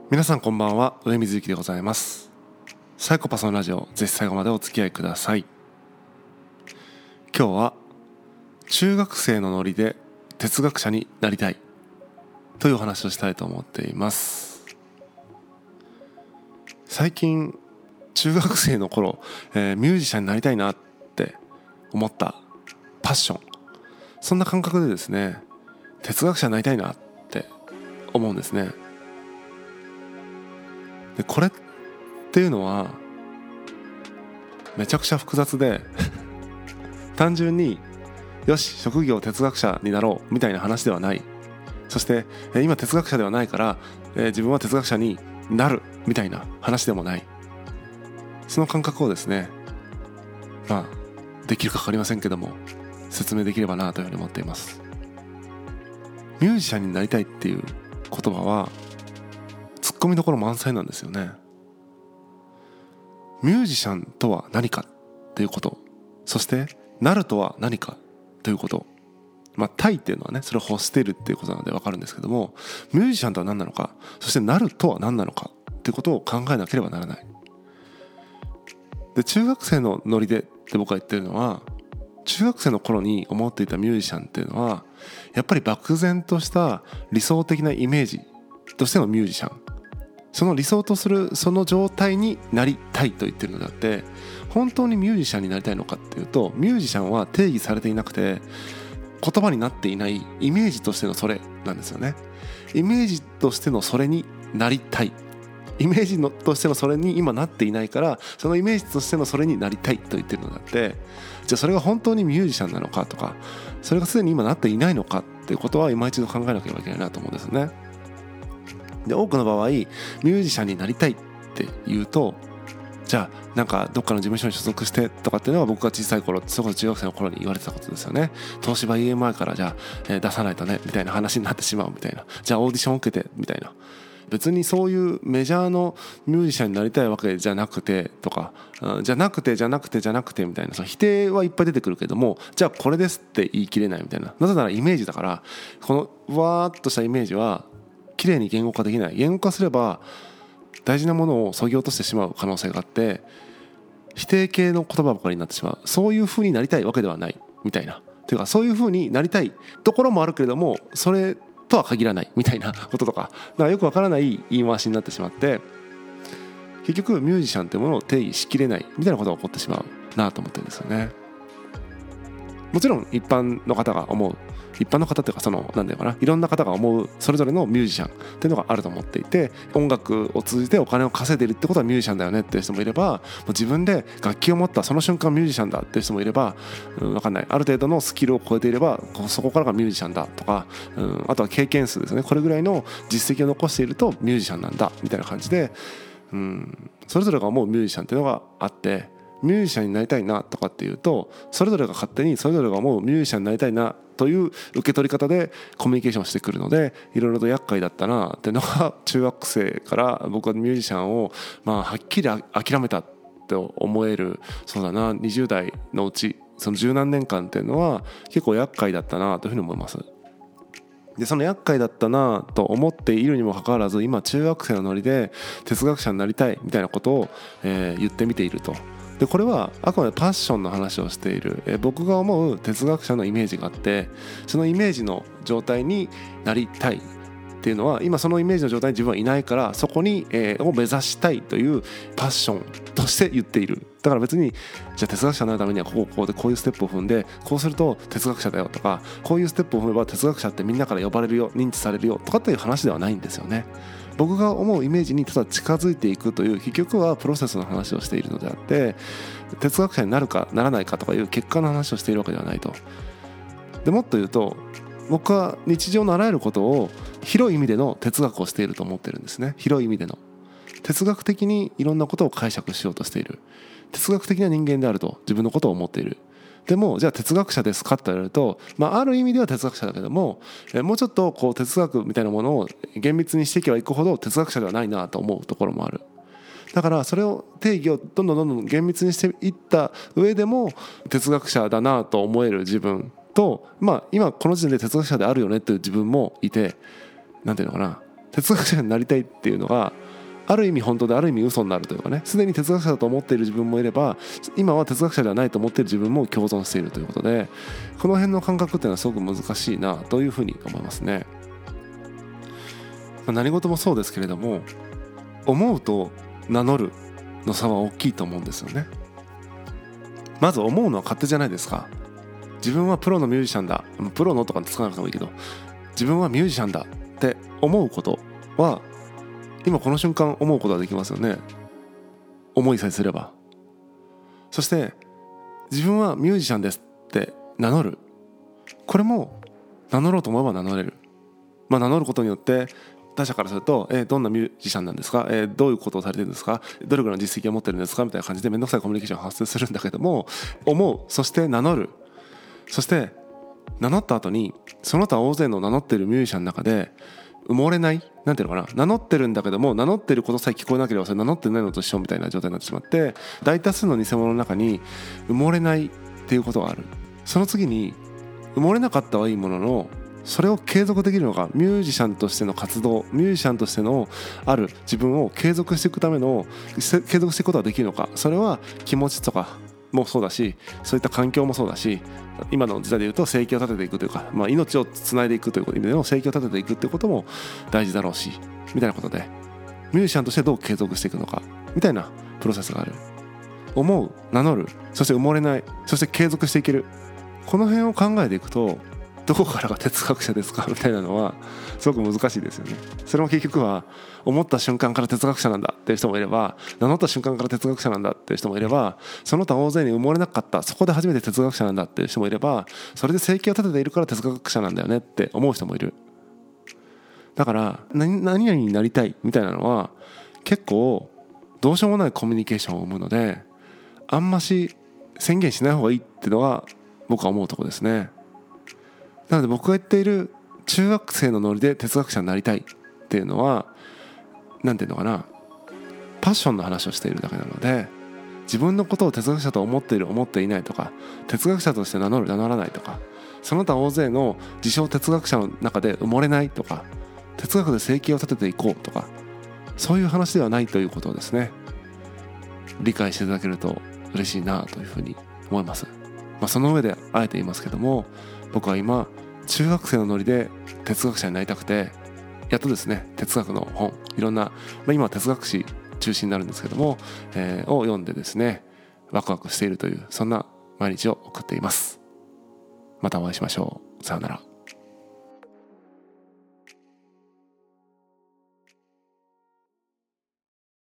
皆さんこんばんは、上水幸でございます。サイコパスのラジオ、ぜひ最後までお付き合いください。今日は中学生のノリで哲学者になりたいというお話をしたいと思っています。最近中学生の頃、ミュージシャンになりたいなって思ったパッション、そんな感覚でですね、哲学者になりたいなって思うんですね。でこれっていうのはめちゃくちゃ複雑で単純によし職業哲学者になろうみたいな話ではない。そして今哲学者ではないから自分は哲学者になるみたいな話でもない。その感覚をですね、できるか分かりませんけども説明できればなというふうに思っています。ミュージシャンになりたいっていう言葉はツッコミどころ満載なんですよね。ミュージシャンとは何かっていうこと、そしてなるとは何かということ、たいっていうのはね、それを欲してるっていうことなので分かるんですけども、ミュージシャンとは何なのか、そしてなるとは何なのかっていうことを考えなければならない。で、中学生のノリでって僕が言ってるのは、中学生の頃に思っていたミュージシャンっていうのはやっぱり漠然とした理想的なイメージとしてのミュージシャン、その理想とするその状態になりたいと言ってるのであって、本当にミュージシャンになりたいのかっていうと、ミュージシャンは定義されていなくて言葉になっていないイメージとしてのそれなんですよね。イメージとしてのそれになりたい、イメージとしてのそれに今なっていないから、そのイメージとしてのそれになりたいと言ってるのであって、じゃあそれが本当にミュージシャンなのかとか、それがすでに今なっていないのかっていうことは今一度考えなければいけないなと思うんですよね。で、多くの場合ミュージシャンになりたいって言うと、じゃあどっかの事務所に所属してとかっていうのは僕が小さい頃、それこそ中学生の頃に言われてたことですよね。東芝 EMI からじゃあ、出さないとねみたいな話になってしまうみたいな、じゃあオーディションを受けてみたいな、別にそういうメジャーのミュージシャンになりたいわけじゃなくてとか、じゃなくてみたいな、その否定はいっぱい出てくるけども、じゃあこれですって言い切れないみたいな。なぜならイメージだから、このわーっとしたイメージは綺麗に言語化できない。言語化すれば大事なものを削ぎ落としてしまう可能性があって、否定形の言葉ばかりになってしまう。そういう風になりたいわけではないみたいな、というかそういう風になりたいところもあるけれどもそれとは限らないみたいなこととか、だからよくわからない言い回しになってしまって、結局ミュージシャンってものを定義しきれないみたいなことが起こってしまうなと思ってるんですよね。もちろん一般の方が思う、一般の方っていうか、なんていうかな、いろんな方が思うそれぞれのミュージシャンっていうのがあると思っていて、音楽を通じてお金を稼いでるってことはミュージシャンだよねっていう人もいれば、もう自分で楽器を持ったその瞬間ミュージシャンだっていう人もいれば、分かんない、ある程度のスキルを超えていればそこからがミュージシャンだとか、あとは経験数ですね、これぐらいの実績を残しているとミュージシャンなんだみたいな感じで、それぞれが思うミュージシャンっていうのがあって、ミュージシャンになりたいなとかっていうと、それぞれが勝手にそれぞれが思うミュージシャンになりたいなという受け取り方でコミュニケーションしてくるので、いろいろと厄介だったなっていうのが中学生から僕はミュージシャンをはっきり諦めたと思える、そうだな、20代のうちその十何年間っていうのは結構厄介だったなというふうに思います。で、その厄介だったなと思っているにもかかわらず、今中学生のノリで哲学者になりたいみたいなことを、言ってみていると。で、これはあくまでパッションの話をしている、僕が思う哲学者のイメージがあって、そのイメージの状態になりたいっていうのは、今そのイメージの状態に自分はいないから、そこに、を目指したいというパッションとして言っている。だから別にじゃあ哲学者になるためにはこうでこういうステップを踏んで、こうすると哲学者だよとか、こういうステップを踏めば哲学者ってみんなから呼ばれるよ、認知されるよとかっていう話ではないんですよね。僕が思うイメージにただ近づいていくという、結局はプロセスの話をしているのであって、哲学者になるかならないかとかいう結果の話をしているわけではないと。でもっと言うと、僕は日常のあらゆることを広い意味での哲学をしていると思ってるんですね。広い意味での哲学的にいろんなことを解釈しようとしている、哲学的な人間であると自分のことを思っている。でもじゃあ哲学者ですかって言われると、ある意味では哲学者だけども、もうちょっとこう哲学みたいなものを厳密にしていけばいくほど哲学者ではないなと思うところもある。だからそれを定義をどんどん厳密にしていった上でも哲学者だなと思える自分と、今この時点で哲学者であるよねっていう自分もいて、なんていうのかな、 哲学者になりたいっていうのがある意味本当である意味嘘になるというかね、すでに哲学者だと思っている自分もいれば、今は哲学者ではないと思っている自分も共存しているということで、この辺の感覚っていうのはすごく難しいなというふうに思いますね。何事もそうですけれども、思うと名乗るの差は大きいと思うんですよね。まず思うのは勝手じゃないですか。自分はプロのミュージシャンだ、プロのとかつかなくてもいいけど、自分はミュージシャンだって思うことは今この瞬間思うことができますよね。思いさえすれば。そして自分はミュージシャンですって名乗る、これも名乗ろうと思えば名乗れる。名乗ることによって他者からすると、どんなミュージシャンなんですか、どういうことをされてるんですか、どれぐらいの実績を持ってるんですかみたいな感じで面倒くさいコミュニケーションが発生するんだけども、思う、そして名乗る、そして名乗った後にその他大勢の名乗ってるミュージシャンの中で埋もれない、なんていうのかな、名乗ってるんだけども名乗ってることさえ聞こえなければそれ名乗ってないのと一緒みたいな状態になってしまって、大多数の偽物の中に埋もれないっていうことがある。その次に埋もれなかったはいいものの、それを継続できるのがミュージシャンとしての活動、ミュージシャンとしてのある自分を継続していくための継続していくことができるのか、それは気持ちとかもそうだし、そういった環境もそうだし、今の時代でいうと生計を立てていくというか、命をつないでいくという意味での生計を立てていくということも大事だろうし、みたいなことでミュージシャンとしてどう継続していくのかみたいなプロセスがある。思う、名乗る、そして埋もれない、そして継続していける、この辺を考えていくと、どこからが哲学者ですかみたいなのはすごく難しいですよね。それも結局は思った瞬間から哲学者なんだっていう人もいれば、名乗った瞬間から哲学者なんだっていう人もいれば、その他大勢に埋もれなかったそこで初めて哲学者なんだっていう人もいれば、それで生計を立てているから哲学者なんだよねって思う人もいる。だから何々になりたいみたいなのは結構どうしようもないコミュニケーションを生むので、あんまし宣言しない方がいいっていうのが僕は思うところですね。なので僕が言っている中学生のノリで哲学者になりたいっていうのは、なんていうのかな、パッションの話をしているだけなので、自分のことを哲学者と思っている思っていないとか、哲学者として名乗る名乗らないとか、その他大勢の自称哲学者の中で埋もれないとか、哲学で生計を立てていこうとか、そういう話ではないということをですね、理解していただけると嬉しいなというふうに思います。その上であえて言いますけども、僕は今中学生のノリで哲学者になりたくて、やっとですね哲学の本、いろんな、今は哲学史中心になるんですけども、を読んでですねワクワクしているという、そんな毎日を送っています。またお会いしましょう。さようなら。